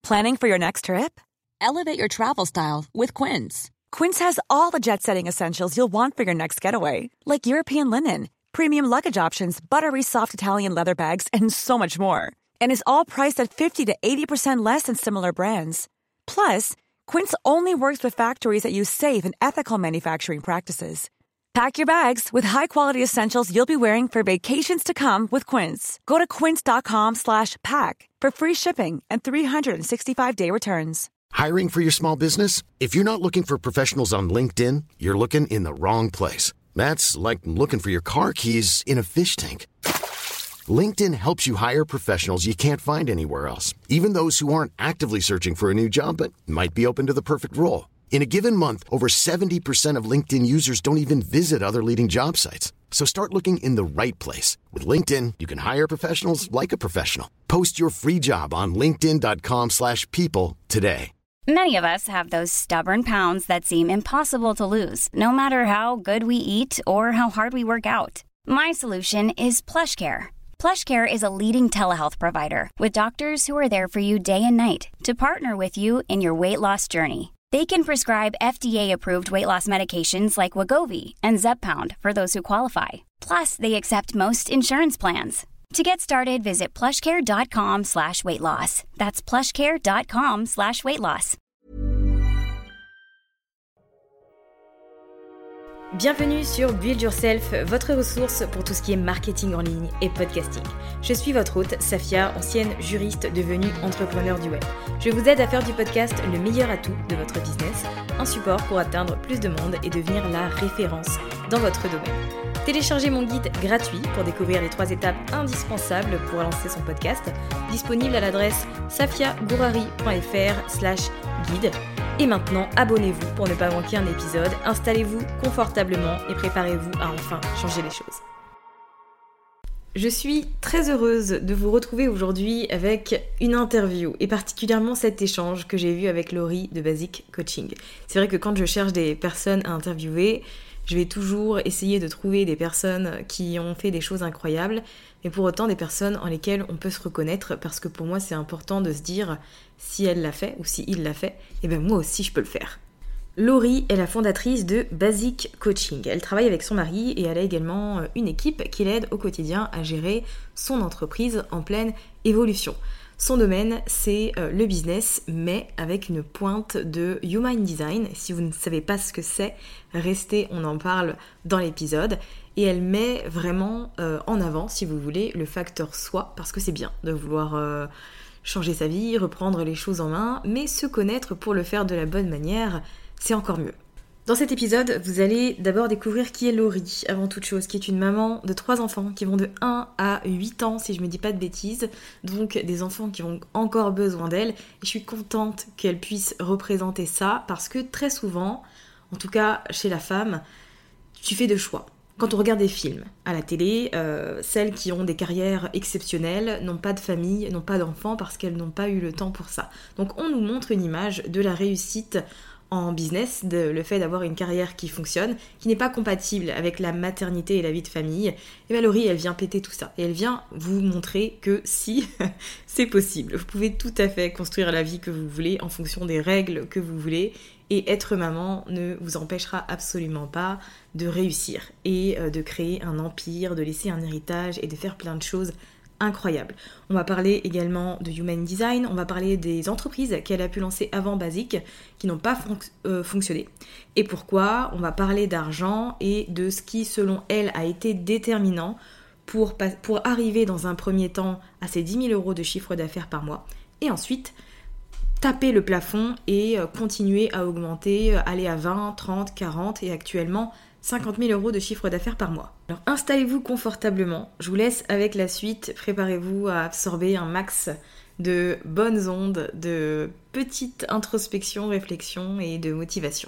Planning for your next trip? Elevate your travel style with Quince. Quince has all the jet-setting essentials you'll want for your next getaway, like European linen, premium luggage options, buttery soft Italian leather bags, and so much more. And is all priced at 50 to 80% less than similar brands. Plus, Quince only works with factories that use safe and ethical manufacturing practices. Pack your bags with high-quality essentials you'll be wearing for vacations to come with Quince. Go to quince.com/pack for free shipping and 365-day returns. Hiring for your small business? If you're not looking for professionals on LinkedIn, you're looking in the wrong place. That's like looking for your car keys in a fish tank. LinkedIn helps you hire professionals you can't find anywhere else, even those who aren't actively searching for a new job but might be open to the perfect role. In a given month, over 70% of LinkedIn users don't even visit other leading job sites. So start looking in the right place. With LinkedIn, you can hire professionals like a professional. Post your free job on linkedin.com/people today. Many of us have those stubborn pounds that seem impossible to lose, no matter how good we eat or how hard we work out. My solution is PlushCare. PlushCare is a leading telehealth provider with doctors who are there for you day and night to partner with you in your weight loss journey. They can prescribe FDA-approved weight loss medications like Wegovy and Zepbound for those who qualify. Plus, they accept most insurance plans. To get started, visit plushcare.com/weightloss. That's plushcare.com/weightloss. Bienvenue sur Build Yourself, votre ressource pour tout ce qui est marketing en ligne et podcasting. Je suis votre hôte, Safia, ancienne juriste devenue entrepreneur du web. Je vous aide à faire du podcast le meilleur atout de votre business, un support pour atteindre plus de monde et devenir la référence dans votre domaine. Téléchargez mon guide gratuit pour découvrir les 3 étapes indispensables pour lancer son podcast, disponible à l'adresse safiagourari.fr/guide. Et maintenant, abonnez-vous pour ne pas manquer un épisode, installez-vous confortablement et préparez-vous à enfin changer les choses. Je suis très heureuse de vous retrouver aujourd'hui avec une interview et particulièrement cet échange que j'ai vu avec Laurie de Basic Coaching. C'est vrai que quand je cherche des personnes à interviewer, je vais toujours essayer de trouver des personnes qui ont fait des choses incroyables, mais pour autant des personnes en lesquelles on peut se reconnaître, parce que pour moi c'est important de se dire si elle l'a fait ou si il l'a fait, et bien moi aussi je peux le faire. Laurie est la fondatrice de Basic Coaching. Elle travaille avec son mari et elle a également une équipe qui l'aide au quotidien à gérer son entreprise en pleine évolution. Son domaine, c'est le business, mais avec une pointe de Human Design. Si vous ne savez pas ce que c'est, restez, on en parle dans l'épisode. Et elle met vraiment en avant, si vous voulez, le facteur soi, parce que c'est bien de vouloir changer sa vie, reprendre les choses en main, mais se connaître pour le faire de la bonne manière, c'est encore mieux. Dans cet épisode, vous allez d'abord découvrir qui est Laurie, avant toute chose, qui est une maman de 3 enfants qui vont de 1 à 8 ans, si je me dis pas de bêtises, donc des enfants qui ont encore besoin d'elle, et je suis contente qu'elle puisse représenter ça, parce que très souvent, en tout cas chez la femme, tu fais 2 choix. Quand on regarde des films à la télé, celles qui ont des carrières exceptionnelles n'ont pas de famille, n'ont pas d'enfants parce qu'elles n'ont pas eu le temps pour ça. Donc on nous montre une image de la réussite en business, le fait d'avoir une carrière qui fonctionne, qui n'est pas compatible avec la maternité et la vie de famille. Et bien Laurie, elle vient péter tout ça. Et elle vient vous montrer que si, c'est possible. Vous pouvez tout à fait construire la vie que vous voulez en fonction des règles que vous voulez. Et être maman ne vous empêchera absolument pas de réussir et de créer un empire, de laisser un héritage et de faire plein de choses incroyables. On va parler également de Human Design, on va parler des entreprises qu'elle a pu lancer avant Basic qui n'ont pas fonctionné. Et pourquoi? On va parler d'argent et de ce qui, selon elle, a été déterminant pour arriver dans un premier temps à ces 10 000 € de chiffre d'affaires par mois. Et ensuite, taper le plafond et continuer à augmenter, aller à 20, 30, 40 et actuellement 50 000 € de chiffre d'affaires par mois. Alors installez-vous confortablement, je vous laisse avec la suite, préparez-vous à absorber un max de bonnes ondes, de petites introspections, réflexions et de motivation.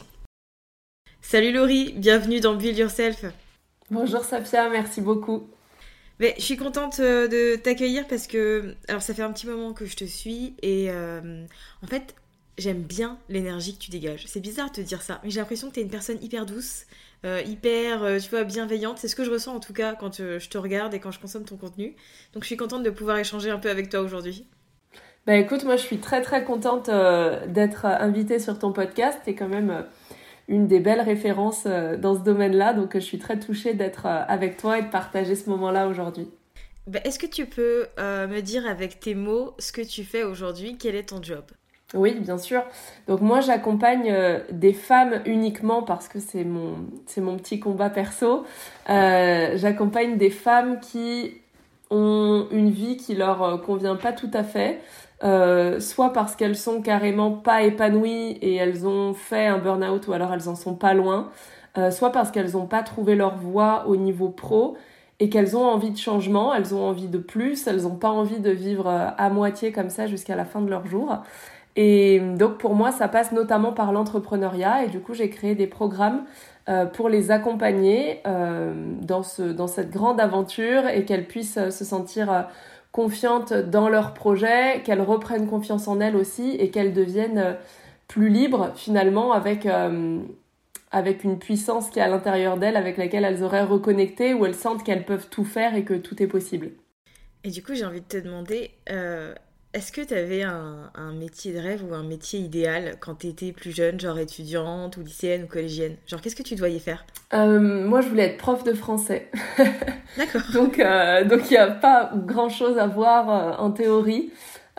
Salut Laurie, bienvenue dans Build Yourself. Bonjour Safia, merci beaucoup. Mais je suis contente de t'accueillir parce que, alors ça fait un petit moment que je te suis et en fait j'aime bien l'énergie que tu dégages. C'est bizarre de te dire ça, mais j'ai l'impression que t'es une personne hyper douce, hyper, tu vois, bienveillante. C'est ce que je ressens en tout cas quand je te regarde et quand je consomme ton contenu. Donc je suis contente de pouvoir échanger un peu avec toi aujourd'hui. Bah écoute, moi je suis très très contente d'être invitée sur ton podcast. T'es quand même une des belles références dans ce domaine-là, donc je suis très touchée d'être avec toi et de partager ce moment-là aujourd'hui. Bah, est-ce que tu peux me dire avec tes mots ce que tu fais aujourd'hui? Quel est ton job? Oui, bien sûr. Donc moi j'accompagne des femmes uniquement parce que c'est mon petit combat perso. J'accompagne des femmes qui ont une vie qui leur convient pas tout à fait. Soit parce qu'elles sont carrément pas épanouies et elles ont fait un burn-out ou alors elles en sont pas loin, soit parce qu'elles ont pas trouvé leur voie au niveau pro et qu'elles ont envie de changement, elles ont envie de plus, elles ont pas envie de vivre à moitié comme ça jusqu'à la fin de leur jour. Et donc pour moi ça passe notamment par l'entrepreneuriat et du coup j'ai créé des programmes pour les accompagner dans cette grande aventure et qu'elles puissent se sentir confiantes dans leur projet, qu'elles reprennent confiance en elles aussi et qu'elles deviennent plus libres finalement avec une puissance qui est à l'intérieur d'elles avec laquelle elles auraient reconnecté, où elles sentent qu'elles peuvent tout faire et que tout est possible. Et du coup j'ai envie de te demander, est-ce que tu avais un métier de rêve ou un métier idéal quand tu étais plus jeune, genre étudiante ou lycéenne ou collégienne? Genre qu'est-ce que tu te voyais faire? Moi je voulais être prof de français. D'accord. Donc il n'y a pas grand-chose à voir en théorie.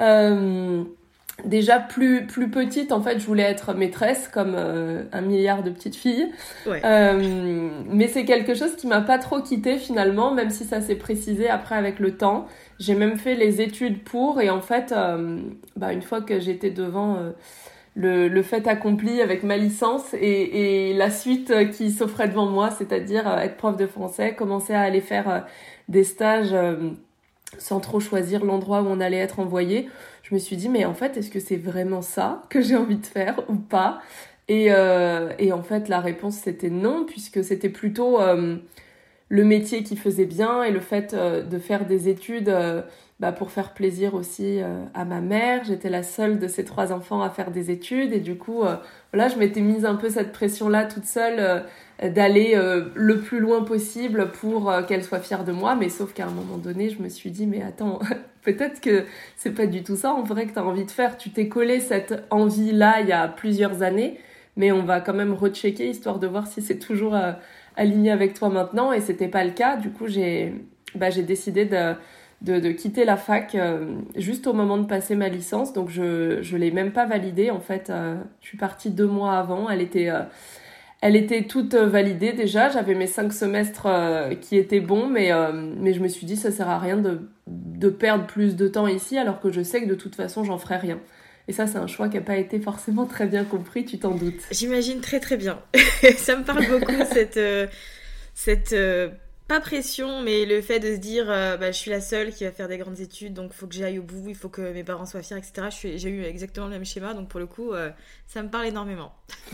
Déjà plus petite, en fait, je voulais être maîtresse comme 1 milliard de petites filles. Ouais. Mais c'est quelque chose qui m'a pas trop quittée finalement, même si ça s'est précisé après avec le temps. J'ai même fait les études pour et en fait, une fois que j'étais devant le fait accompli avec ma licence et la suite qui s'offrait devant moi, c'est-à-dire être prof de français, commencer à aller faire des stages sans trop choisir l'endroit où on allait être envoyé. Je me suis dit, mais en fait, est-ce que c'est vraiment ça que j'ai envie de faire ou pas ? Et en fait, la réponse, c'était non, puisque c'était plutôt le métier qui faisait bien et le fait de faire des études pour faire plaisir aussi à ma mère. J'étais la seule de ses 3 enfants à faire des études et du coup, je m'étais mise un peu cette pression-là toute seule d'aller le plus loin possible pour qu'elle soit fière de moi. Mais sauf qu'à un moment donné, je me suis dit, mais attends, peut-être que c'est pas du tout ça en vrai que t'as envie de faire. Tu t'es collé cette envie-là il y a plusieurs années, mais on va quand même rechecker histoire de voir si c'est toujours aligné avec toi maintenant. Et c'était pas le cas. Du coup, j'ai décidé de quitter la fac juste au moment de passer ma licence. Donc je l'ai même pas validée en fait. Je suis partie 2 mois avant. Elle était toute validée déjà. J'avais mes 5 semestres qui étaient bons, mais je me suis dit ça sert à rien de perdre plus de temps ici alors que je sais que de toute façon j'en ferai rien. Et ça, c'est un choix qui n'a pas été forcément très bien compris, tu t'en doutes. J'imagine très très bien. Ça me parle beaucoup, cette pas pression, mais le fait de se dire je suis la seule qui va faire des grandes études, donc il faut que j'aille au bout, il faut que mes parents soient fiers, etc. J'ai eu exactement le même schéma, donc pour le coup, ça me parle énormément.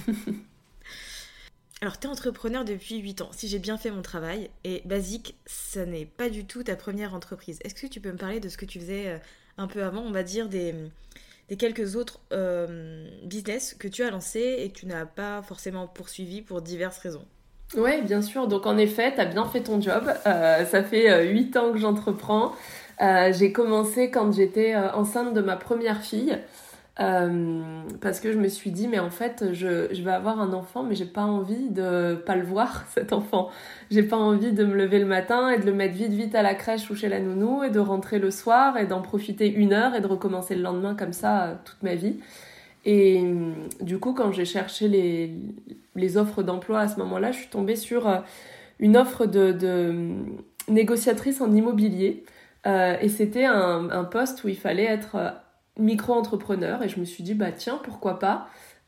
Alors, t'es entrepreneur depuis 8 ans, si j'ai bien fait mon travail, et Basique, ça n'est pas du tout ta première entreprise. Est-ce que tu peux me parler de ce que tu faisais un peu avant, on va dire, des quelques autres business que tu as lancés et que tu n'as pas forcément poursuivi pour diverses raisons? Oui, bien sûr. Donc en effet, tu as bien fait ton job. Ça fait 8 ans que j'entreprends. J'ai commencé quand j'étais enceinte de ma première fille. Parce que je me suis dit, mais en fait, je vais avoir un enfant, mais j'ai pas envie de pas le voir, cet enfant. J'ai pas envie de me lever le matin et de le mettre vite à la crèche ou chez la nounou et de rentrer le soir et d'en profiter 1 heure et de recommencer le lendemain comme ça toute ma vie. Et du coup, quand j'ai cherché les offres d'emploi à ce moment-là, je suis tombée sur une offre de négociatrice en immobilier. Et c'était un poste où il fallait être micro-entrepreneur. Et je me suis dit, tiens, pourquoi pas.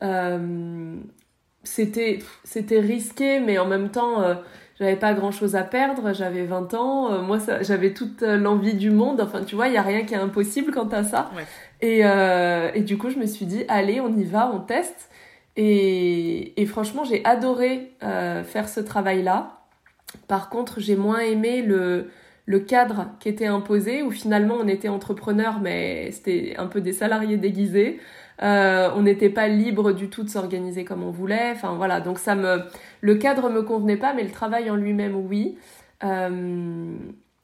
C'était risqué, mais en même temps, j'avais pas grand-chose à perdre. J'avais 20 ans. Moi, j'avais toute l'envie du monde. Enfin, tu vois, il n'y a rien qui est impossible quant à ça. Ouais. Et du coup, je me suis dit, allez, on y va, on teste. Et franchement, j'ai adoré faire ce travail-là. Par contre, j'ai moins aimé le cadre qui était imposé, où finalement, on était entrepreneur, mais c'était un peu des salariés déguisés. On n'était pas libre du tout de s'organiser comme on voulait. Enfin, voilà. Donc, le cadre me convenait pas, mais le travail en lui-même, oui.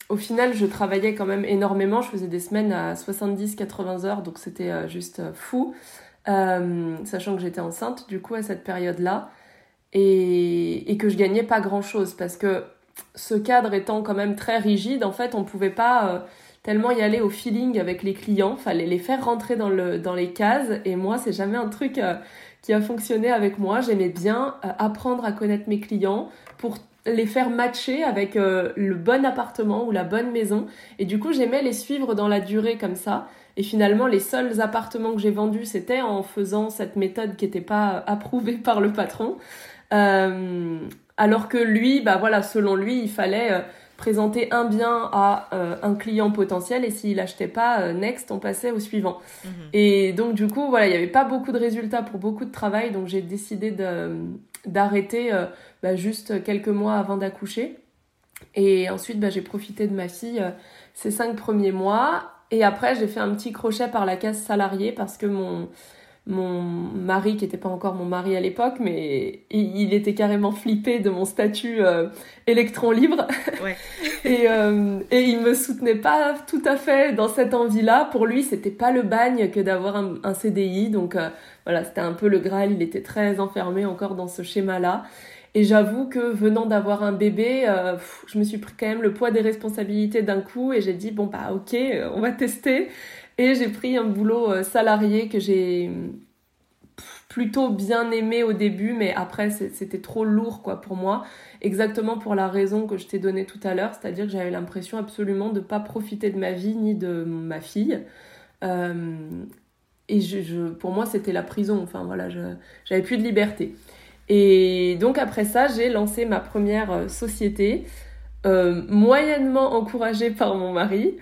au final, je travaillais quand même énormément. Je faisais des semaines à 70-80 heures, donc c'était juste fou. Sachant que j'étais enceinte, du coup, à cette période-là. Et que je gagnais pas grand-chose. Parce que ce cadre étant quand même très rigide, en fait, on pouvait pas tellement y aller au feeling avec les clients. Fallait les faire rentrer dans les cases. Et moi, c'est jamais un truc qui a fonctionné avec moi. J'aimais bien apprendre à connaître mes clients pour les faire matcher avec le bon appartement ou la bonne maison. Et du coup, j'aimais les suivre dans la durée comme ça. Et finalement, les seuls appartements que j'ai vendus, c'était en faisant cette méthode qui n'était pas approuvée par le patron. Alors que lui, selon lui, il fallait présenter un bien à un client potentiel et s'il achetait pas, next, on passait au suivant. Mmh. Et donc, du coup, il n'y avait pas beaucoup de résultats pour beaucoup de travail, donc j'ai décidé d'arrêter juste quelques mois avant d'accoucher. Et ensuite, j'ai profité de ma fille ces 5 premiers mois. Et après, j'ai fait un petit crochet par la case salarié parce que mon mari, qui n'était pas encore mon mari à l'époque, mais il était carrément flippé de mon statut électron libre. Ouais. Et il me soutenait pas tout à fait dans cette envie-là. Pour lui, c'était pas le bagne que d'avoir un CDI. Donc c'était un peu le Graal. Il était très enfermé encore dans ce schéma-là. Et j'avoue que venant d'avoir un bébé, je me suis pris quand même le poids des responsabilités d'un coup et j'ai dit ok, on va tester. Et j'ai pris un boulot salarié que j'ai plutôt bien aimé au début, mais après c'était trop lourd pour moi, exactement pour la raison que je t'ai donnée tout à l'heure, c'est-à-dire que j'avais l'impression absolument de ne pas profiter de ma vie ni de ma fille. Et pour moi c'était la prison, j'avais plus de liberté. Et donc après ça, j'ai lancé ma première société, moyennement encouragée par mon mari,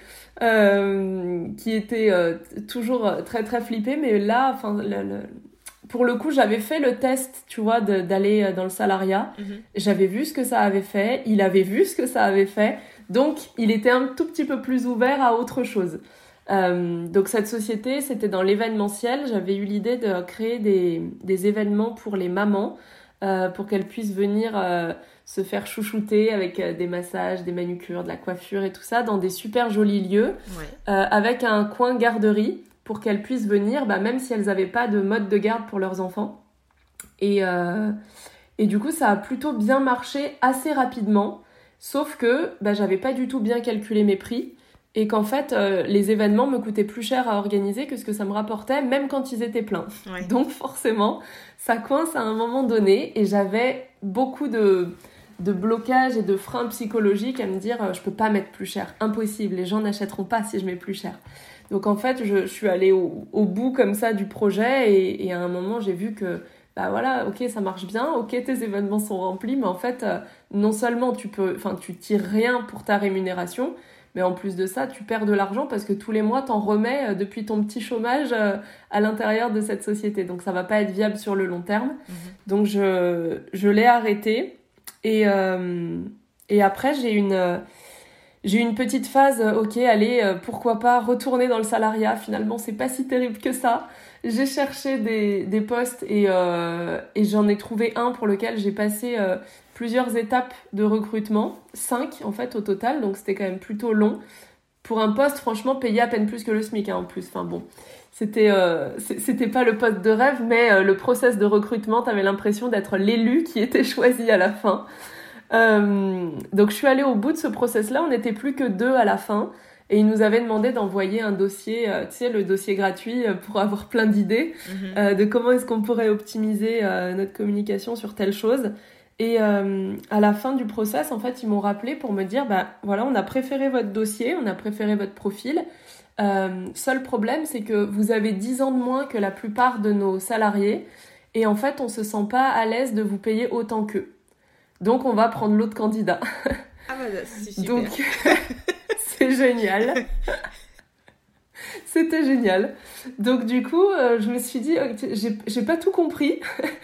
qui était toujours très très flippé, mais là, pour le coup, j'avais fait le test, tu vois, d'aller dans le salariat. Mmh. J'avais vu ce que ça avait fait, il avait vu ce que ça avait fait, donc il était un tout petit peu plus ouvert à autre chose. Donc cette société, c'était dans l'événementiel. J'avais eu l'idée de créer des événements pour les mamans, pour qu'elles puissent venir se faire chouchouter avec des massages, des manucures, de la coiffure et tout ça dans des super jolis lieux, avec un coin garderie pour qu'elles puissent venir, même si elles n'avaient pas de mode de garde pour leurs enfants. Et du coup, ça a plutôt bien marché assez rapidement, sauf que j'avais pas du tout bien calculé mes prix et qu'en fait, les événements me coûtaient plus cher à organiser que ce que ça me rapportait, même quand ils étaient pleins. Ouais. Donc forcément, ça coince à un moment donné et j'avais beaucoup de blocage et de freins psychologiques à me dire je peux pas mettre plus cher, impossible, les gens n'achèteront pas si je mets plus cher. Donc en fait, je suis allée au bout comme ça du projet et à un moment, j'ai vu que ok, ça marche bien, ok, tes événements sont remplis, mais en fait, non seulement tu tires rien pour ta rémunération, mais en plus de ça, tu perds de l'argent parce que tous les mois, t'en remets depuis ton petit chômage à l'intérieur de cette société. Donc ça va pas être viable sur le long terme. Mmh. Donc je l'ai arrêté. Et après, j'ai une petite phase, ok, allez, pourquoi pas retourner dans le salariat. Finalement, c'est pas si terrible que ça. J'ai cherché des postes et j'en ai trouvé un pour lequel j'ai passé plusieurs étapes de recrutement, 5 en fait au total, donc c'était quand même plutôt long. Pour un poste, franchement, payé à peine plus que le SMIC en plus. C'était pas le poste de rêve, mais le process de recrutement, t'avais l'impression d'être l'élu qui était choisi à la fin. Donc je suis allée au bout de ce process-là, on n'était plus que 2 à la fin. Et ils nous avaient demandé d'envoyer un dossier, le dossier gratuit pour avoir plein d'idées de comment est-ce qu'on pourrait optimiser notre communication sur telle chose. Et à la fin du process, en fait, ils m'ont rappelé pour me dire, on a préféré votre dossier, on a préféré votre profil. Seul problème, c'est que vous avez 10 ans de moins que la plupart de nos salariés. Et en fait, on se sent pas à l'aise de vous payer autant qu'eux. Donc, on va prendre l'autre candidat. Ah c'est super. Donc, c'est génial. C'était génial. Donc du coup, je me suis dit, j'ai pas tout compris.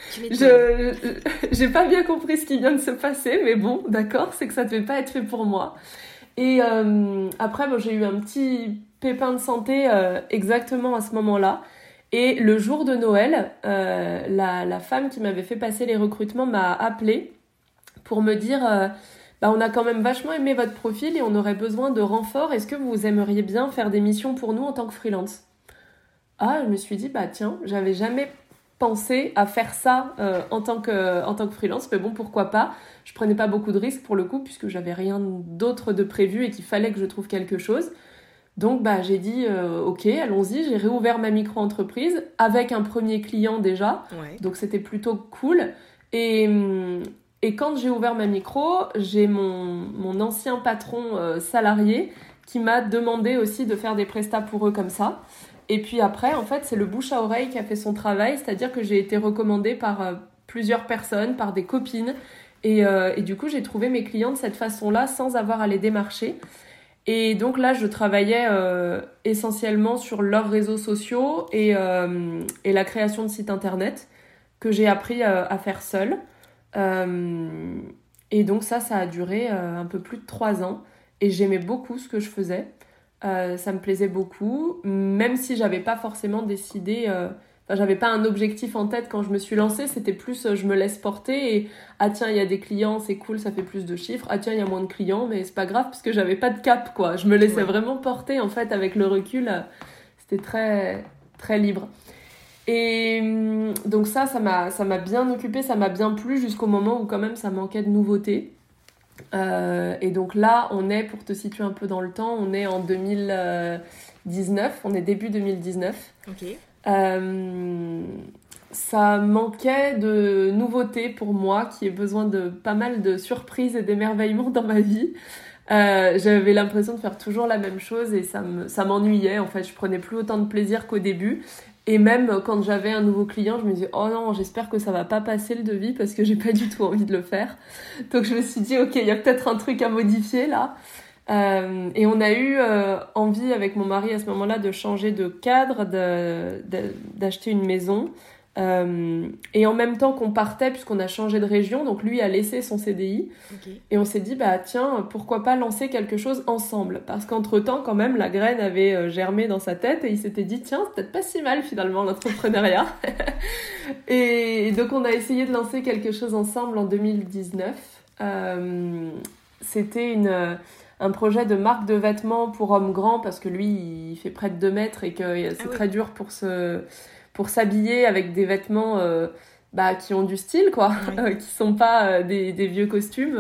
J'ai pas bien compris ce qui vient de se passer, mais bon, d'accord, c'est que ça devait pas être fait pour moi. Et après, j'ai eu un petit pépin de santé exactement à ce moment-là. Et le jour de Noël, la femme qui m'avait fait passer les recrutements m'a appelée pour me dire on a quand même vachement aimé votre profil et on aurait besoin de renforts. Est-ce que vous aimeriez bien faire des missions pour nous en tant que freelance ? Ah, je me suis dit, tiens, j'avais jamais pensé à faire ça en tant que freelance, mais bon, pourquoi pas. Je prenais pas beaucoup de risques pour le coup, puisque j'avais rien d'autre de prévu et qu'il fallait que je trouve quelque chose. Donc, j'ai dit, ok, allons-y. J'ai réouvert ma micro-entreprise avec un premier client déjà. Ouais. Donc, c'était plutôt cool. Et quand j'ai ouvert ma micro, j'ai mon ancien patron salarié qui m'a demandé aussi de faire des prestats pour eux comme ça. Et puis après, en fait, c'est le bouche à oreille qui a fait son travail, c'est-à-dire que j'ai été recommandée par plusieurs personnes, par des copines. Et du coup, j'ai trouvé mes clients de cette façon-là, sans avoir à les démarcher. Et donc là, je travaillais essentiellement sur leurs réseaux sociaux et la création de sites internet que j'ai appris à faire seule. Et donc ça a duré un peu plus de 3 ans. Et j'aimais beaucoup ce que je faisais. Ça me plaisait beaucoup, même si j'avais pas forcément décidé... j'avais pas un objectif en tête quand je me suis lancée, c'était plus je me laisse porter et tiens, il y a des clients, c'est cool, ça fait plus de chiffres, tiens, il y a moins de clients, mais c'est pas grave parce que j'avais pas de cap, quoi. Je me laissais vraiment porter, en fait, avec le recul, c'était très, très libre. Et donc ça m'a bien occupée, ça m'a bien plu jusqu'au moment où quand même ça manquait de nouveautés. Et donc là, on est, pour te situer un peu dans le temps, on est en 2019, on est début 2019. Ok. Ça manquait de nouveautés pour moi, qui ai besoin de pas mal de surprises et d'émerveillements dans ma vie. J'avais l'impression de faire toujours la même chose et ça m'ennuyait. En fait, je prenais plus autant de plaisir qu'au début. Et même quand j'avais un nouveau client, je me disais « Oh non, j'espère que ça va pas passer le devis parce que j'ai pas du tout envie de le faire. » Donc je me suis dit « Ok, il y a peut-être un truc à modifier là. » Et on a eu envie avec mon mari à ce moment-là de changer de cadre, d'acheter une maison. Et en même temps qu'on partait, puisqu'on a changé de région, donc lui a laissé son CDI. Okay. Et on s'est dit, tiens, pourquoi pas lancer quelque chose ensemble ? Parce qu'entre-temps, quand même, la graine avait germé dans sa tête et il s'était dit, tiens, c'est peut-être pas si mal finalement l'entrepreneuriat. Et donc on a essayé de lancer quelque chose ensemble en 2019. C'était un projet de marque de vêtements pour hommes grands, parce que lui, il fait près de 2 mètres et que c'est très dur pour s'habiller avec des vêtements qui ont du style, quoi, qui sont pas des vieux costumes.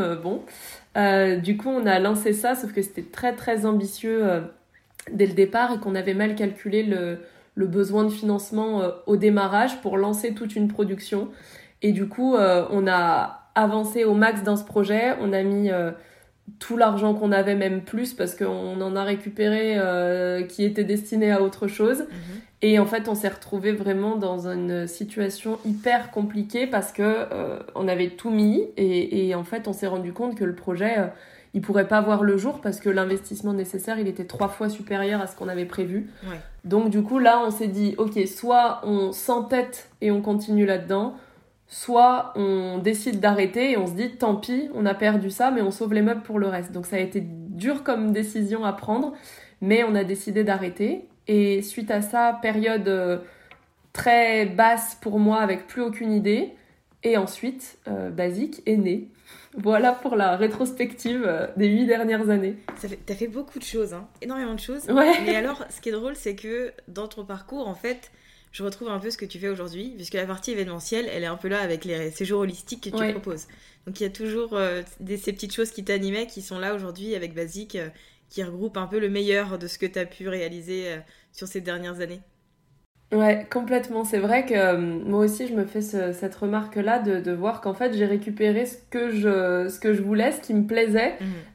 Du coup, on a lancé ça, sauf que c'était très, très ambitieux dès le départ et qu'on avait mal calculé le besoin de financement au démarrage pour lancer toute une production. Et du coup, on a avancé au max dans ce projet. On a mis tout l'argent qu'on avait, même plus, parce qu'on en a récupéré qui était destiné à autre chose. Et en fait, on s'est retrouvés vraiment dans une situation hyper compliquée parce que on avait tout mis et en fait, on s'est rendu compte que le projet, il pourrait pas voir le jour parce que l'investissement nécessaire, il était 3 fois supérieur à ce qu'on avait prévu. Ouais. Donc du coup, là, on s'est dit, ok, soit on s'entête et on continue là-dedans, soit on décide d'arrêter et on se dit, tant pis, on a perdu ça, mais on sauve les meubles pour le reste. Donc ça a été dur comme décision à prendre, mais on a décidé d'arrêter. Et suite à ça, période très basse pour moi, avec plus aucune idée. Et ensuite, Basic est né. Voilà pour la rétrospective des 8 dernières années. T'as fait beaucoup de choses, hein. Énormément de choses. Ouais. Mais alors, ce qui est drôle, c'est que dans ton parcours, en fait, je retrouve un peu ce que tu fais aujourd'hui, puisque la partie événementielle, elle est un peu là avec les séjours holistiques que tu proposes. Donc il y a toujours ces petites choses qui t'animaient, qui sont là aujourd'hui avec Basic, qui regroupent un peu le meilleur de ce que tu as pu réaliser sur ces dernières années. Ouais, complètement. C'est vrai que moi aussi, je me fais cette remarque-là de voir qu'en fait, j'ai récupéré ce que je voulais, ce qui me plaisait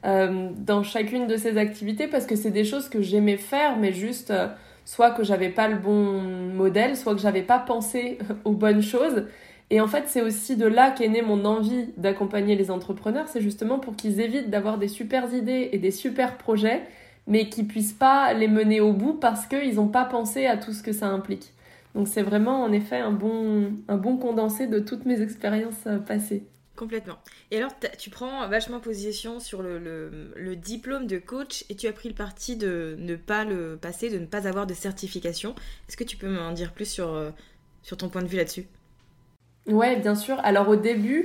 dans chacune de ces activités, parce que c'est des choses que j'aimais faire, mais juste soit que j'avais pas le bon modèle, soit que j'avais pas pensé aux bonnes choses. Et en fait, c'est aussi de là qu'est née mon envie d'accompagner les entrepreneurs. C'est justement pour qu'ils évitent d'avoir des super idées et des super projets, mais qu'ils puissent pas les mener au bout parce qu'ils n'ont pas pensé à tout ce que ça implique. Donc c'est vraiment en effet un bon condensé de toutes mes expériences passées. Complètement. Et alors tu prends vachement position sur le diplôme de coach et tu as pris le parti de ne pas le passer, de ne pas avoir de certification. Est-ce que tu peux m'en dire plus sur ton point de vue là-dessus ? Ouais, bien sûr. Alors au début,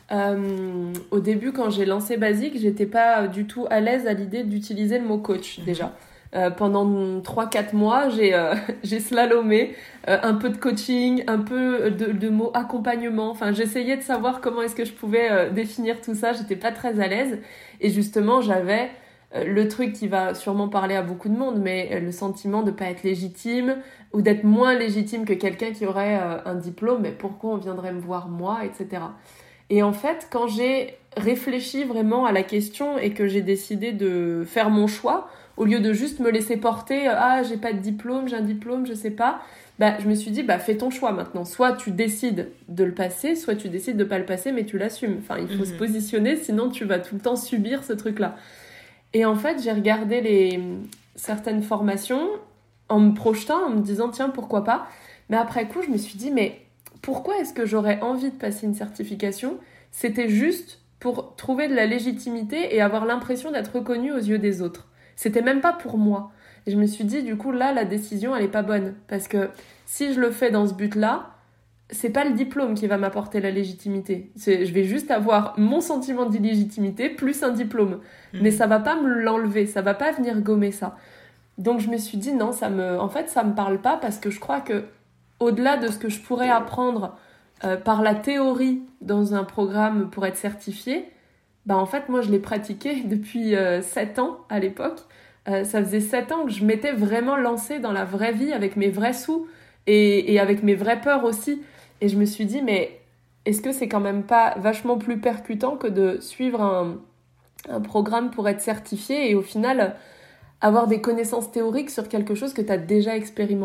Au début, quand j'ai lancé Basique, j'étais pas du tout à l'aise à l'idée d'utiliser le mot coach déjà. Pendant 3-4 mois, j'ai slalomé un peu de coaching, un peu de mots accompagnement. Enfin, j'essayais de savoir comment est-ce que je pouvais définir tout ça. J'étais pas très à l'aise. Et justement, j'avais le truc qui va sûrement parler à beaucoup de monde, mais le sentiment de pas être légitime ou d'être moins légitime que quelqu'un qui aurait un diplôme. Mais pourquoi on viendrait me voir moi, etc. Et en fait, quand j'ai réfléchi vraiment à la question et que j'ai décidé de faire mon choix, au lieu de juste me laisser porter, j'ai pas de diplôme, j'ai un diplôme, je sais pas, je me suis dit, fais ton choix maintenant. Soit tu décides de le passer, soit tu décides de pas le passer, mais tu l'assumes. Enfin, il faut se positionner, sinon tu vas tout le temps subir ce truc-là. Et en fait, j'ai regardé certaines formations en me projetant, en me disant, tiens, pourquoi pas. Mais après coup, je me suis dit, mais pourquoi est-ce que j'aurais envie de passer une certification ? C'était juste pour trouver de la légitimité et avoir l'impression d'être reconnue aux yeux des autres. C'était même pas pour moi. Et je me suis dit, du coup, là, la décision, elle est pas bonne. Parce que si je le fais dans ce but-là, c'est pas le diplôme qui va m'apporter la légitimité. Je vais juste avoir mon sentiment d'illégitimité plus un diplôme. Mais ça va pas me l'enlever, ça va pas venir gommer ça. Donc je me suis dit, non, en fait, ça me parle pas parce que je crois que au-delà de ce que je pourrais apprendre par la théorie dans un programme pour être certifiée, en fait, moi, je l'ai pratiqué depuis 7 ans à l'époque. Ça faisait 7 ans que je m'étais vraiment lancée dans la vraie vie avec mes vrais sous et avec mes vraies peurs aussi. Et je me suis dit, mais est-ce que c'est quand même pas vachement plus percutant que de suivre un programme pour être certifié et au final avoir des connaissances théoriques sur quelque chose que tu as déjà expérimenté ?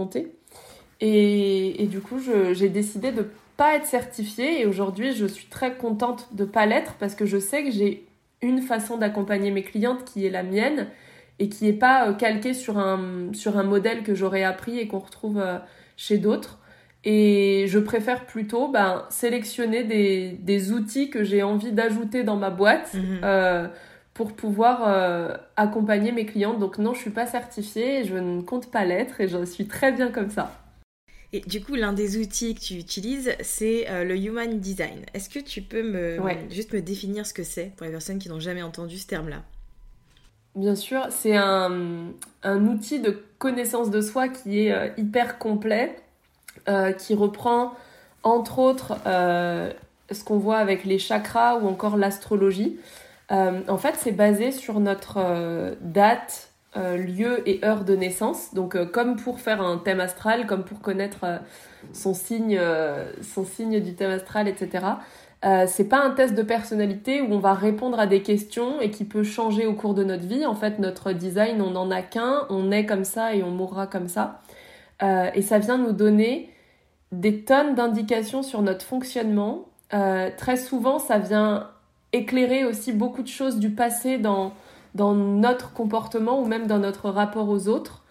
Et du coup, j'ai décidé de pas être certifiée et aujourd'hui, je suis très contente de pas l'être parce que je sais que j'ai une façon d'accompagner mes clientes qui est la mienne et qui est pas calquée sur un modèle que j'aurais appris et qu'on retrouve chez d'autres. Et je préfère plutôt sélectionner des outils que j'ai envie d'ajouter dans ma boîte pour pouvoir accompagner mes clientes. Donc non, je suis pas certifiée, je ne compte pas l'être et je suis très bien comme ça. Et du coup, l'un des outils que tu utilises, c'est le Human Design. Est-ce que tu peux juste me définir ce que c'est pour les personnes qui n'ont jamais entendu ce terme-là ? Bien sûr, c'est un outil de connaissance de soi qui est hyper complet, qui reprend entre autres ce qu'on voit avec les chakras ou encore l'astrologie. En fait, c'est basé sur notre date, lieu et heure de naissance. Donc, comme pour faire un thème astral, comme pour connaître son signe du thème astral, etc. C'est pas un test de personnalité où on va répondre à des questions et qui peut changer au cours de notre vie. En fait, notre design, on n'en a qu'un, on est comme ça et on mourra comme ça. Et ça vient nous donner des tonnes d'indications sur notre fonctionnement. Très souvent, ça vient éclairer aussi beaucoup de choses du passé dans notre comportement ou même dans notre rapport aux autres.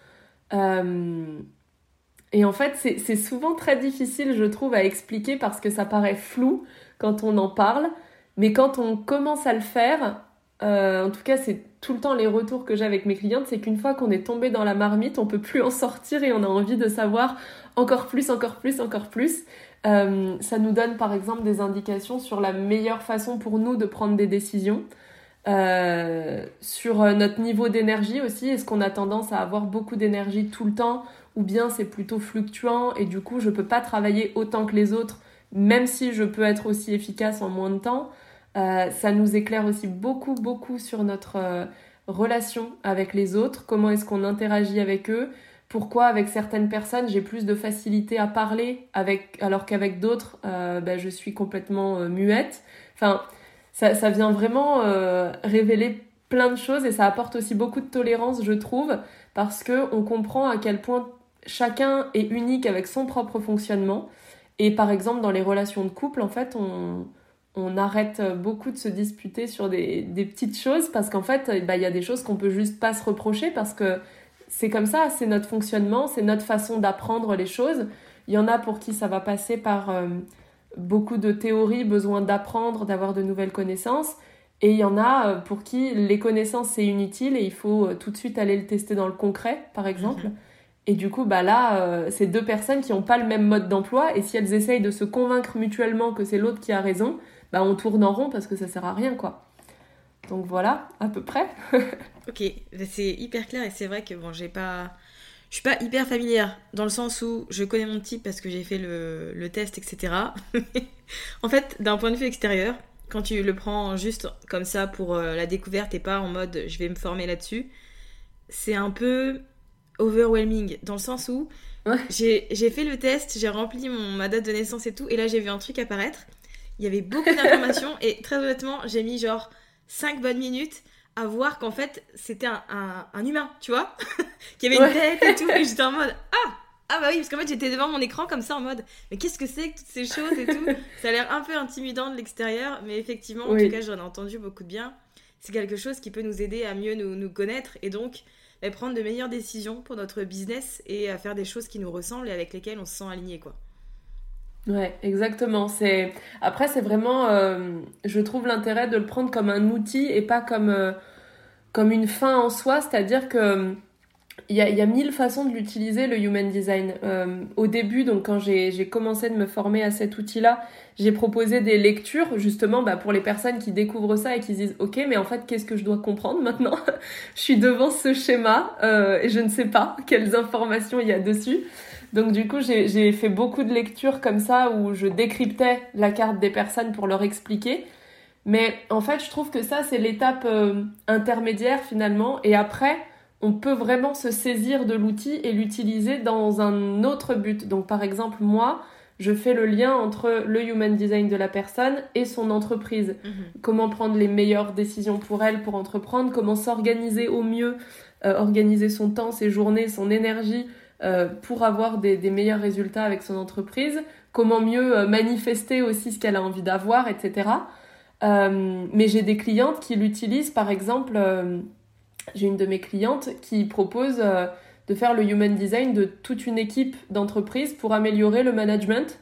Et en fait, c'est souvent très difficile, je trouve, à expliquer parce que ça paraît flou quand on en parle. Mais quand on commence à le faire, en tout cas, c'est tout le temps les retours que j'ai avec mes clientes, c'est qu'une fois qu'on est tombé dans la marmite, on peut plus en sortir et on a envie de savoir encore plus. Ça nous donne par exemple des indications sur la meilleure façon pour nous de prendre des décisions. Sur notre niveau d'énergie aussi, est-ce qu'on a tendance à avoir beaucoup d'énergie tout le temps ou bien c'est plutôt fluctuant et du coup je peux pas travailler autant que les autres même si je peux être aussi efficace en moins de temps. Ça nous éclaire aussi beaucoup sur notre relation avec les autres, comment est-ce qu'on interagit avec eux, pourquoi avec certaines personnes j'ai plus de facilité à parler alors qu'avec d'autres je suis complètement muette. Enfin, ça vient vraiment révéler plein de choses et ça apporte aussi beaucoup de tolérance, je trouve, parce qu'on comprend à quel point chacun est unique avec son propre fonctionnement. Et par exemple, dans les relations de couple, en fait, on arrête beaucoup de se disputer sur des petites choses parce qu'en fait, y a des choses qu'on peut juste pas se reprocher parce que c'est comme ça, c'est notre fonctionnement, c'est notre façon d'apprendre les choses. Il y en a pour qui ça va passer par beaucoup de théories, besoin d'apprendre, d'avoir de nouvelles connaissances. Et il y en a pour qui les connaissances, c'est inutile et il faut tout de suite aller le tester dans le concret, par exemple. Et du coup, c'est deux personnes qui n'ont pas le même mode d'emploi. Et si elles essayent de se convaincre mutuellement que c'est l'autre qui a raison, on tourne en rond parce que ça sert à rien, quoi. Donc voilà, à peu près. Ok, c'est hyper clair et c'est vrai que je suis pas hyper familière dans le sens où je connais mon type parce que j'ai fait le test, etc. En fait, d'un point de vue extérieur, quand tu le prends juste comme ça pour la découverte et pas en mode je vais me former là-dessus, c'est un peu overwhelming dans le sens où j'ai fait le test, j'ai rempli ma date de naissance et tout, et là j'ai vu un truc apparaître. Il y avait beaucoup d'informations et très honnêtement, j'ai mis genre 5 bonnes minutes à voir qu'en fait c'était un humain, tu vois, qui avait une tête et tout, et j'étais en mode ah bah oui, parce qu'en fait j'étais devant mon écran comme ça en mode mais qu'est-ce que c'est que toutes ces choses et tout. Ça a l'air un peu intimidant de l'extérieur, mais effectivement en tout cas j'en ai entendu beaucoup de bien. C'est quelque chose qui peut nous aider à mieux nous connaître et donc à prendre de meilleures décisions pour notre business et à faire des choses qui nous ressemblent et avec lesquelles on se sent aligné, quoi. Ouais, exactement. Après, c'est vraiment, je trouve l'intérêt de le prendre comme un outil et pas comme une fin en soi. C'est-à-dire que il y a 1000 façons de l'utiliser, le Human Design. Au début, donc quand j'ai commencé de me former à cet outil-là, j'ai proposé des lectures justement pour les personnes qui découvrent ça et qui se disent « Ok, mais en fait, qu'est-ce que je dois comprendre maintenant ?» Je suis devant ce schéma et je ne sais pas quelles informations il y a dessus. Donc du coup, j'ai fait beaucoup de lectures comme ça où je décryptais la carte des personnes pour leur expliquer. Mais en fait, je trouve que ça, c'est l'étape intermédiaire finalement. Et après, on peut vraiment se saisir de l'outil et l'utiliser dans un autre but. Donc par exemple, moi, je fais le lien entre le Human Design de la personne et son entreprise. Comment prendre les meilleures décisions pour elle, pour entreprendre, comment s'organiser au mieux, organiser son temps, ses journées, son énergie, pour avoir des meilleurs résultats avec son entreprise, comment mieux manifester aussi ce qu'elle a envie d'avoir, etc. Mais j'ai des clientes qui l'utilisent, par exemple, j'ai une de mes clientes qui propose de faire le Human Design de toute une équipe d'entreprise pour améliorer le management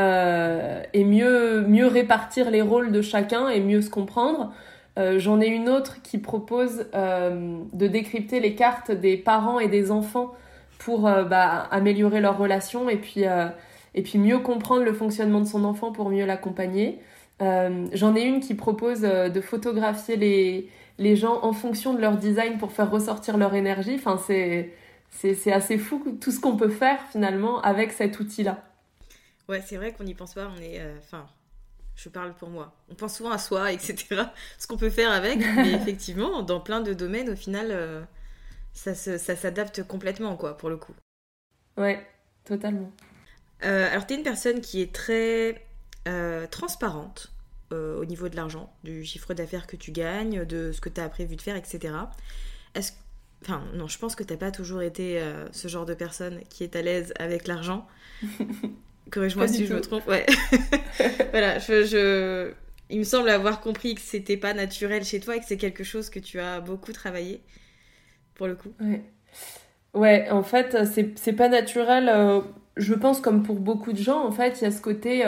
et mieux répartir les rôles de chacun et mieux se comprendre. J'en ai une autre qui propose de décrypter les cartes des parents et des enfants pour améliorer leurs relations et puis mieux comprendre le fonctionnement de son enfant pour mieux l'accompagner. J'en ai une qui propose de photographier les gens en fonction de leur design pour faire ressortir leur énergie. Enfin, c'est assez fou tout ce qu'on peut faire finalement avec cet outil-là. Ouais, c'est vrai qu'on n'y pense pas, on est... je parle pour moi. On pense souvent à soi, etc. Ce qu'on peut faire avec, mais effectivement, dans plein de domaines, au final... Ça s'adapte complètement, quoi, pour le coup. Ouais, totalement. Alors, t'es une personne qui est très transparente au niveau de l'argent, du chiffre d'affaires que tu gagnes, de ce que t'as prévu de faire, etc. Enfin, non, je pense que t'as pas toujours été ce genre de personne qui est à l'aise avec l'argent. Corrige-moi si je me trompe. Ouais. Voilà, il me semble avoir compris que c'était pas naturel chez toi et que c'est quelque chose que tu as beaucoup travaillé. Pour le coup. Ouais, en fait, c'est pas naturel. Je pense comme pour beaucoup de gens, en fait, il y a ce côté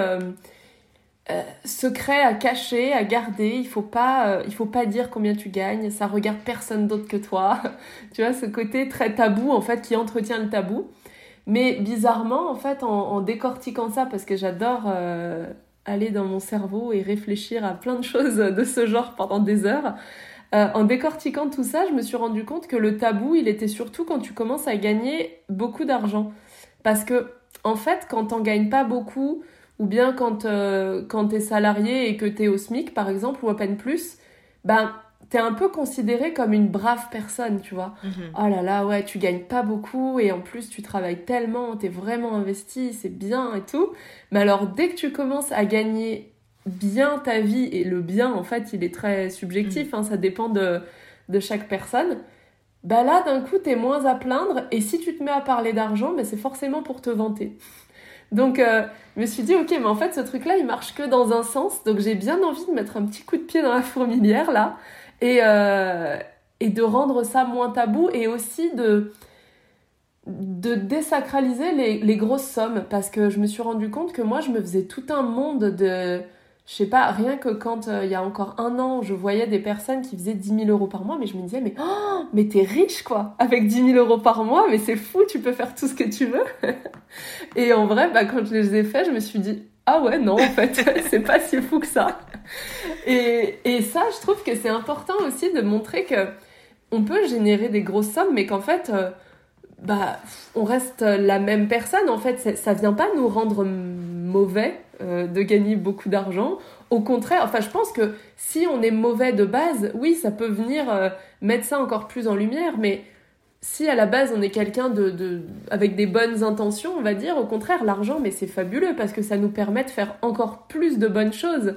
secret à cacher, à garder. Il faut pas dire combien tu gagnes. Ça regarde personne d'autre que toi. Tu vois, ce côté très tabou, en fait, qui entretient le tabou. Mais bizarrement, en fait, en décortiquant ça, parce que j'adore aller dans mon cerveau et réfléchir à plein de choses de ce genre pendant des heures. En décortiquant tout ça, je me suis rendu compte que le tabou, il était surtout quand tu commences à gagner beaucoup d'argent. Parce que, en fait, quand t'en gagnes pas beaucoup, ou bien quand t'es salarié et que t'es au SMIC, par exemple, ou à peine plus, t'es un peu considéré comme une brave personne, tu vois. Oh là là, ouais, tu gagnes pas beaucoup, et en plus, tu travailles tellement, t'es vraiment investi, c'est bien et tout. Mais alors, dès que tu commences à gagner bien ta vie, et le bien en fait il est très subjectif, ça dépend de chaque personne, là d'un coup t'es moins à plaindre, et si tu te mets à parler d'argent, c'est forcément pour te vanter. Donc je me suis dit ok, mais en fait ce truc là il marche que dans un sens, donc j'ai bien envie de mettre un petit coup de pied dans la fourmilière là et de rendre ça moins tabou, et aussi de désacraliser les grosses sommes, parce que je me suis rendu compte que moi je me faisais tout un monde de je sais pas, rien que quand il y a encore 1 an, je voyais des personnes qui faisaient 10 000 euros par mois, mais je me disais, mais t'es riche quoi, avec 10 000 euros par mois, mais c'est fou, tu peux faire tout ce que tu veux. Et en vrai, quand je les ai faits, je me suis dit, ah ouais, non, en fait, c'est pas si fou que ça. Et ça, je trouve que c'est important aussi de montrer que on peut générer des grosses sommes, mais qu'en fait, on reste la même personne. En fait, ça vient pas nous rendre mauvais de gagner beaucoup d'argent. Au contraire, enfin, je pense que si on est mauvais de base, oui, ça peut venir mettre ça encore plus en lumière, mais si à la base on est quelqu'un avec des bonnes intentions, on va dire, au contraire, l'argent, mais c'est fabuleux parce que ça nous permet de faire encore plus de bonnes choses.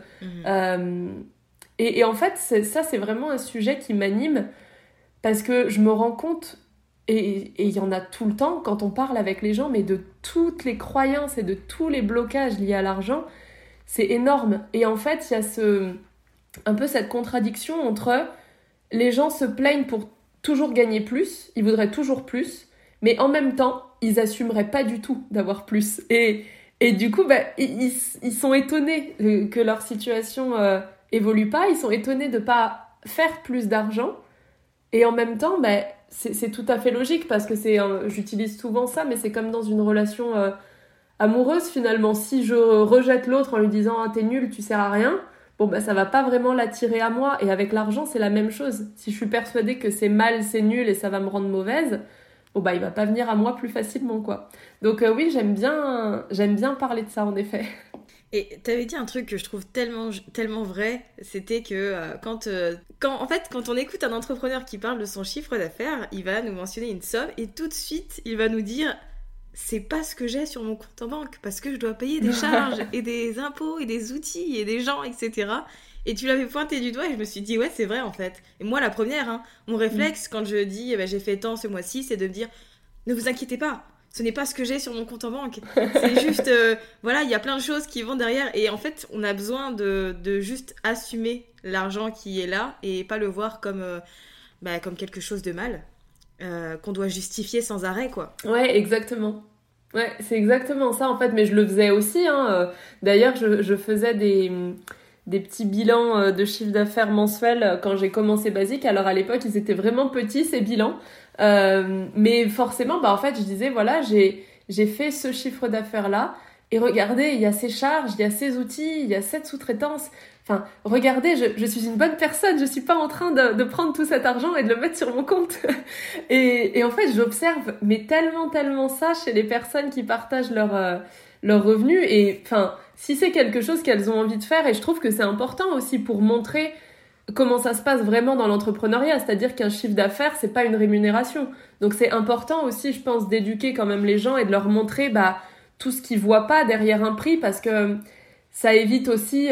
Et en fait, ça, c'est vraiment un sujet qui m'anime parce que je me rends compte, et il y en a tout le temps quand on parle avec les gens, mais de toutes les croyances et de tous les blocages liés à l'argent, c'est énorme. Et en fait, il y a un peu cette contradiction entre les gens se plaignent pour toujours gagner plus, ils voudraient toujours plus, mais en même temps, ils assumeraient pas du tout d'avoir plus. Et du coup, ils sont étonnés que leur situation évolue pas, ils sont étonnés de pas faire plus d'argent, et en même temps, c'est tout à fait logique, parce que j'utilise souvent ça, mais c'est comme dans une relation amoureuse finalement. Si je rejette l'autre en lui disant « Ah, t'es nul, tu sers à rien », ça va pas vraiment l'attirer à moi. Et avec l'argent, c'est la même chose. Si je suis persuadée que c'est mal, c'est nul et ça va me rendre mauvaise, il va pas venir à moi plus facilement, quoi. Donc oui, j'aime bien parler de ça, en effet. Et t'avais dit un truc que je trouve tellement, tellement vrai, c'était que quand on écoute un entrepreneur qui parle de son chiffre d'affaires, il va nous mentionner une somme et tout de suite, il va nous dire « c'est pas ce que j'ai sur mon compte en banque parce que je dois payer des charges et des impôts et des outils et des gens, etc. » Et tu l'avais pointé du doigt et je me suis dit « ouais, c'est vrai en fait. » Et moi, la première, mon réflexe quand je dis j'ai fait tant ce mois-ci, c'est de me dire « ne vous inquiétez pas. Ce n'est pas ce que j'ai sur mon compte en banque. C'est juste, il y a plein de choses qui vont derrière. » Et en fait, on a besoin de juste assumer l'argent qui est là et pas le voir comme quelque chose de mal, qu'on doit justifier sans arrêt, quoi. Ouais, exactement. Ouais, c'est exactement ça, en fait. Mais je le faisais aussi, D'ailleurs, je faisais des petits bilans de chiffre d'affaires mensuels quand j'ai commencé Basique. Alors, à l'époque, ils étaient vraiment petits, ces bilans. Mais forcément, en fait, je disais, voilà, j'ai fait ce chiffre d'affaires-là, et regardez, il y a ces charges, il y a ces outils, il y a cette sous-traitance. Enfin, regardez, je suis une bonne personne, je suis pas en train de prendre tout cet argent et de le mettre sur mon compte. Et en fait, j'observe, mais tellement, tellement ça chez les personnes qui partagent leurs revenus. Et enfin, si c'est quelque chose qu'elles ont envie de faire, et je trouve que c'est important aussi pour montrer comment ça se passe vraiment dans l'entrepreneuriat, c'est-à-dire qu'un chiffre d'affaires, c'est pas une rémunération. Donc c'est important aussi, je pense, d'éduquer quand même les gens et de leur montrer tout ce qu'ils voient pas derrière un prix, parce que ça évite aussi,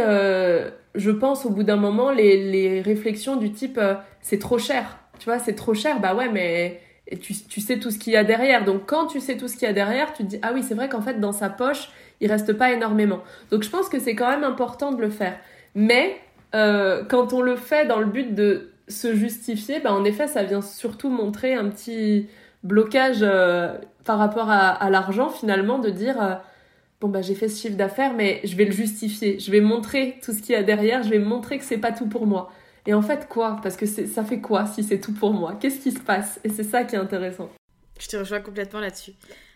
je pense, au bout d'un moment, les réflexions du type c'est trop cher. Tu vois, c'est trop cher, ouais, mais tu sais tout ce qu'il y a derrière. Donc quand tu sais tout ce qu'il y a derrière, tu te dis ah oui, c'est vrai qu'en fait, dans sa poche, il reste pas énormément. Donc je pense que c'est quand même important de le faire. Mais quand on le fait dans le but de se justifier, en effet, ça vient surtout montrer un petit blocage par rapport à l'argent, finalement, de dire j'ai fait ce chiffre d'affaires, mais je vais le justifier, je vais montrer tout ce qu'il y a derrière, je vais montrer que c'est pas tout pour moi. Et en fait, quoi ? Parce que ça fait quoi si c'est tout pour moi ? Qu'est-ce qui se passe ? Et c'est ça qui est intéressant. Je te rejoins complètement là-dessus.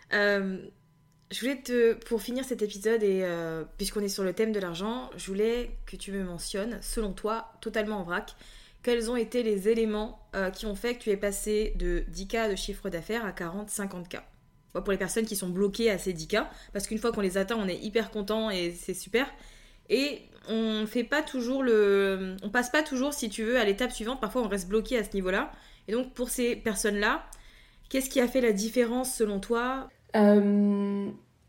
Je voulais pour finir cet épisode, et puisqu'on est sur le thème de l'argent, je voulais que tu me mentionnes, selon toi, totalement en vrac, quels ont été les éléments qui ont fait que tu es passé de 10K de chiffre d'affaires à 40-50K. Pour les personnes qui sont bloquées à ces 10K, parce qu'une fois qu'on les atteint, on est hyper content et c'est super. Et on fait pas toujours on passe pas toujours, si tu veux, à l'étape suivante. Parfois, on reste bloqué à ce niveau-là. Et donc, pour ces personnes-là, qu'est-ce qui a fait la différence selon toi ? Les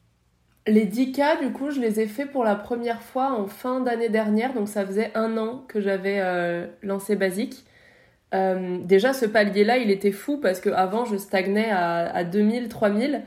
10K, du coup, je les ai fait pour la première fois en fin d'année dernière. Donc, ça faisait 1 an que j'avais lancé Basique. Déjà, ce palier-là, il était fou parce qu'avant, je stagnais à 2000, 3000.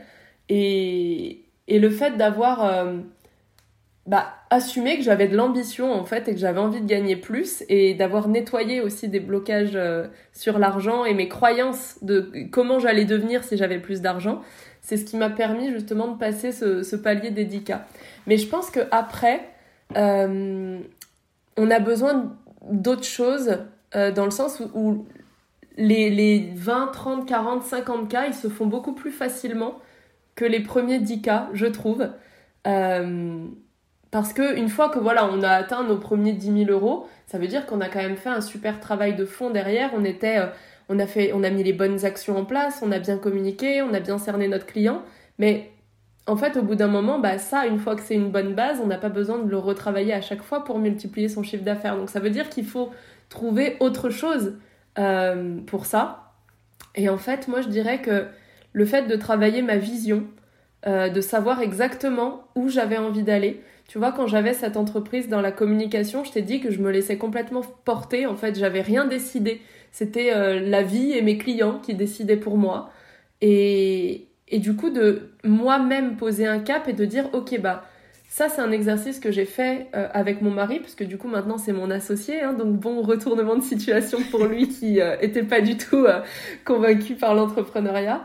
Et le fait d'avoir assumé que j'avais de l'ambition, en fait, et que j'avais envie de gagner plus, et d'avoir nettoyé aussi des blocages sur l'argent et mes croyances de comment j'allais devenir si j'avais plus d'argent, c'est ce qui m'a permis justement de passer ce palier des 10K. Mais je pense qu'après, on a besoin d'autres choses dans le sens où les 20, 30, 40, 50 cas, ils se font beaucoup plus facilement que les premiers 10 cas, je trouve. Parce qu'une fois que voilà, on a atteint nos premiers 10 000 euros, ça veut dire qu'on a quand même fait un super travail de fond derrière. On a mis les bonnes actions en place, on a bien communiqué, on a bien cerné notre client. Mais en fait, au bout d'un moment, ça, une fois que c'est une bonne base, on n'a pas besoin de le retravailler à chaque fois pour multiplier son chiffre d'affaires. Donc ça veut dire qu'il faut trouver autre chose pour ça. Et en fait, moi, je dirais que le fait de travailler ma vision, de savoir exactement où j'avais envie d'aller. Tu vois, quand j'avais cette entreprise dans la communication, je t'ai dit que je me laissais complètement porter. En fait, j'avais rien décidé. C'était la vie et mes clients qui décidaient pour moi. Et du coup, de moi-même poser un cap et de dire, ok, ça, c'est un exercice que j'ai fait avec mon mari, parce que du coup, maintenant, c'est mon associé. Donc, bon retournement de situation pour lui qui était pas du tout convaincu par l'entrepreneuriat.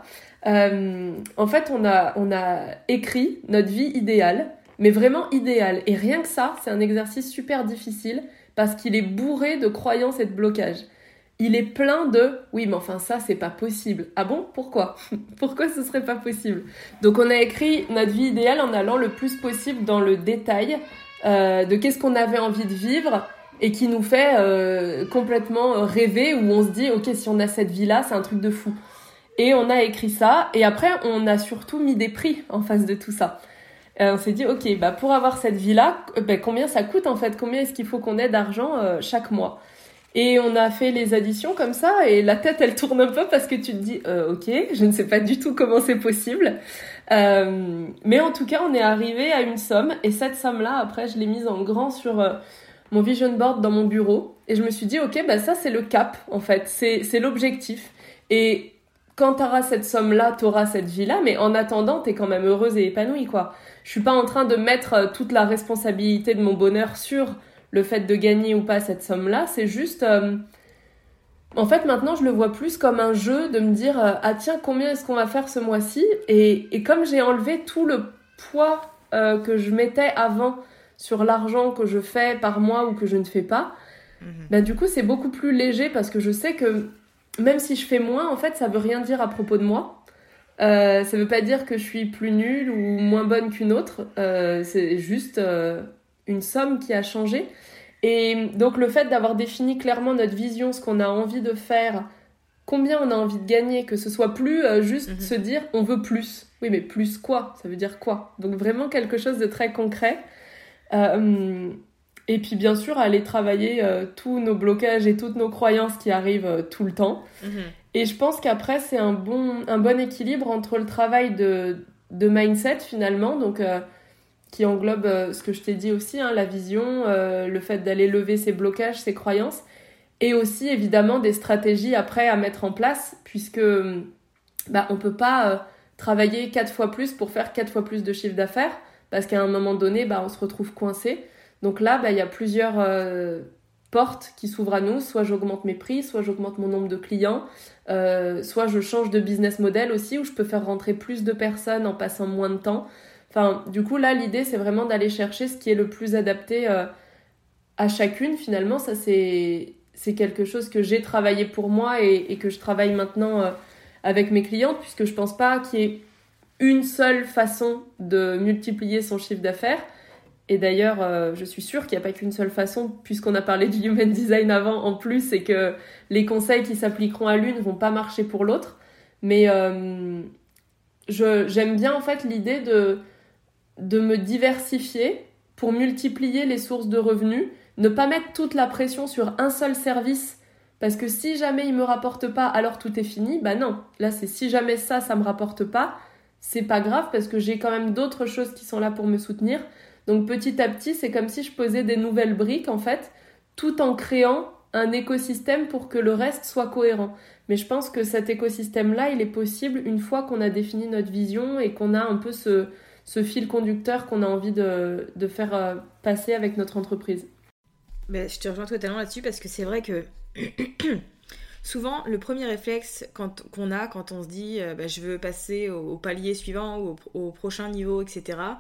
En fait, on a écrit notre vie idéale, mais vraiment idéale. Et rien que ça, c'est un exercice super difficile parce qu'il est bourré de croyances et de blocages. Il est plein de « oui, mais enfin ça, c'est pas possible ». Ah bon ? Pourquoi ? Pourquoi ce serait pas possible ? Donc on a écrit notre vie idéale en allant le plus possible dans le détail de qu'est-ce qu'on avait envie de vivre et qui nous fait complètement rêver, où on se dit « ok, si on a cette vie-là, c'est un truc de fou ». Et on a écrit ça, et après on a surtout mis des prix en face de tout ça. On s'est dit, ok, pour avoir cette vie-là, combien ça coûte en fait ? Combien est-ce qu'il faut qu'on ait d'argent chaque mois ? Et on a fait les additions comme ça, et la tête elle tourne un peu parce que tu te dis, ok, je ne sais pas du tout comment c'est possible. Mais en tout cas, on est arrivé à une somme, et cette somme-là, après, je l'ai mise en grand sur mon vision board dans mon bureau, et je me suis dit, ok, ça c'est le cap en fait, c'est l'objectif. Et quand t'auras cette somme-là, t'auras cette vie-là, mais en attendant, t'es quand même heureuse et épanouie, quoi. Je suis pas en train de mettre toute la responsabilité de mon bonheur sur le fait de gagner ou pas cette somme-là, c'est juste... En fait, maintenant, je le vois plus comme un jeu de me dire ah tiens, combien est-ce qu'on va faire ce mois-ci ? Et comme j'ai enlevé tout le poids que je mettais avant sur l'argent que je fais par mois ou que je ne fais pas, du coup, c'est beaucoup plus léger parce que je sais que même si je fais moins, en fait, ça veut rien dire à propos de moi. Ça veut pas dire que je suis plus nulle ou moins bonne qu'une autre. C'est juste une somme qui a changé. Et donc, le fait d'avoir défini clairement notre vision, ce qu'on a envie de faire, combien on a envie de gagner, que ce soit plus juste se dire on veut plus. Oui, mais plus quoi ? Ça veut dire quoi ? Donc, vraiment quelque chose de très concret. Et puis bien sûr aller travailler tous nos blocages et toutes nos croyances qui arrivent tout le temps. Et je pense qu'après c'est un bon équilibre entre le travail de mindset finalement, donc qui englobe ce que je t'ai dit aussi, la vision, le fait d'aller lever ses blocages, ses croyances, et aussi évidemment des stratégies après à mettre en place, puisque on peut pas travailler 4 fois plus pour faire 4 fois plus de chiffre d'affaires, parce qu'à un moment donné on se retrouve coincé. Donc là, il y a plusieurs portes qui s'ouvrent à nous. Soit j'augmente mes prix, soit j'augmente mon nombre de clients, soit je change de business model aussi, où je peux faire rentrer plus de personnes en passant moins de temps. Enfin, du coup, là, l'idée, c'est vraiment d'aller chercher ce qui est le plus adapté à chacune. Finalement, ça, c'est quelque chose que j'ai travaillé pour moi et que je travaille maintenant avec mes clientes, puisque je pense pas qu'il y ait une seule façon de multiplier son chiffre d'affaires. Et d'ailleurs, je suis sûre qu'il n'y a pas qu'une seule façon, puisqu'on a parlé du human design avant en plus, et que les conseils qui s'appliqueront à l'une ne vont pas marcher pour l'autre. Mais j'aime bien en fait l'idée de me diversifier pour multiplier les sources de revenus, ne pas mettre toute la pression sur un seul service, parce que si jamais il ne me rapporte pas, alors tout est fini. Non, là c'est si jamais ça ne me rapporte pas, c'est pas grave, parce que j'ai quand même d'autres choses qui sont là pour me soutenir. Donc petit à petit, c'est comme si je posais des nouvelles briques en fait, tout en créant un écosystème pour que le reste soit cohérent. Mais je pense que cet écosystème-là, il est possible une fois qu'on a défini notre vision et qu'on a un peu ce fil conducteur qu'on a envie de faire passer avec notre entreprise. Je te rejoins totalement là-dessus parce que c'est vrai que souvent, le premier réflexe qu'on a quand on se dit je veux passer au palier suivant ou au prochain niveau, etc.,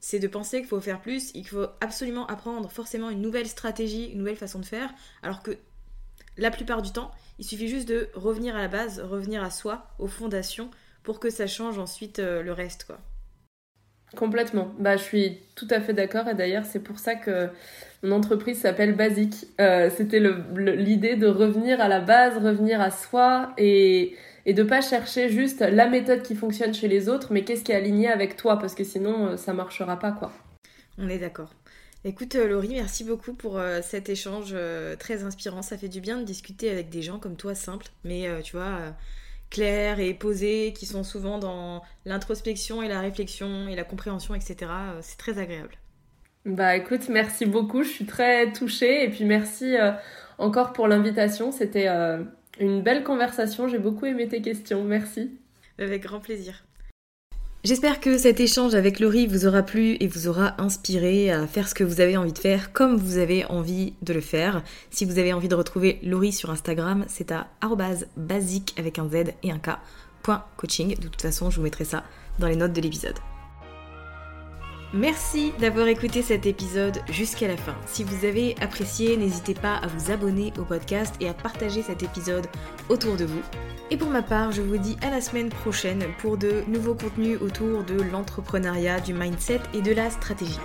c'est de penser qu'il faut faire plus, il faut absolument apprendre forcément une nouvelle stratégie, une nouvelle façon de faire, alors que la plupart du temps, il suffit juste de revenir à la base, revenir à soi, aux fondations, pour que ça change ensuite le reste, quoi. Complètement. Je suis tout à fait d'accord. Et d'ailleurs, c'est pour ça que mon entreprise s'appelle Basique. C'était l'idée de revenir à la base, revenir à soi et de pas chercher juste la méthode qui fonctionne chez les autres, mais qu'est-ce qui est aligné avec toi, parce que sinon, ça marchera pas, quoi. On est d'accord. Écoute, Laurie, merci beaucoup pour cet échange très inspirant. Ça fait du bien de discuter avec des gens comme toi, simples, mais tu vois... clairs et posés, qui sont souvent dans l'introspection et la réflexion et la compréhension, etc. C'est très agréable. Écoute, merci beaucoup, je suis très touchée et puis merci encore pour l'invitation. C'était une belle conversation, j'ai beaucoup aimé tes questions, merci. Avec grand plaisir. J'espère que cet échange avec Laurie vous aura plu et vous aura inspiré à faire ce que vous avez envie de faire comme vous avez envie de le faire. Si vous avez envie de retrouver Laurie sur Instagram, c'est à @basique avec un Z et un K, .coaching. De toute façon, je vous mettrai ça dans les notes de l'épisode. Merci d'avoir écouté cet épisode jusqu'à la fin. Si vous avez apprécié, n'hésitez pas à vous abonner au podcast et à partager cet épisode autour de vous. Et pour ma part, je vous dis à la semaine prochaine pour de nouveaux contenus autour de l'entrepreneuriat, du mindset et de la stratégie.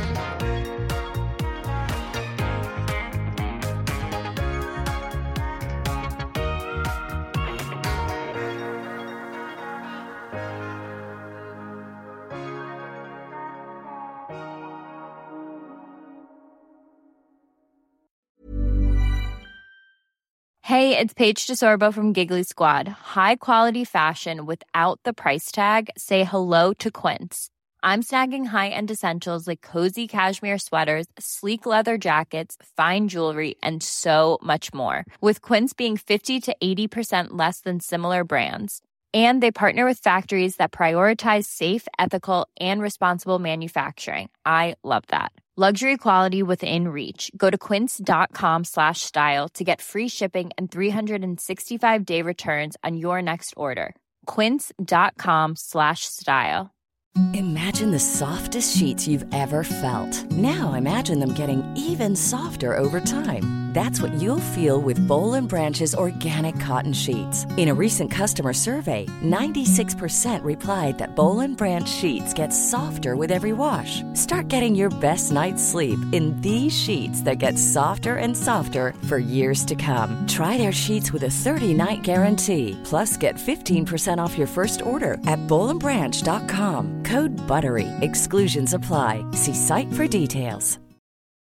Hey, it's Paige DeSorbo from Giggly Squad. High quality fashion without the price tag. Say hello to Quince. I'm snagging high-end essentials like cozy cashmere sweaters, sleek leather jackets, fine jewelry, and so much more. With Quince being 50 to 80% less than similar brands. And they partner with factories that prioritize safe, ethical, and responsible manufacturing. I love that. Luxury quality within reach. Go to quince.com/style to get free shipping and 365-day returns on your next order. Quince.com/style. Imagine the softest sheets you've ever felt. Now imagine them getting even softer over time. That's what you'll feel with Boll & Branch's organic cotton sheets. In a recent customer survey, 96% replied that Boll & Branch sheets get softer with every wash. Start getting your best night's sleep in these sheets that get softer and softer for years to come. Try their sheets with a 30-night guarantee. Plus, get 15% off your first order at bollandbranch.com. Code BUTTERY. Exclusions apply. See site for details.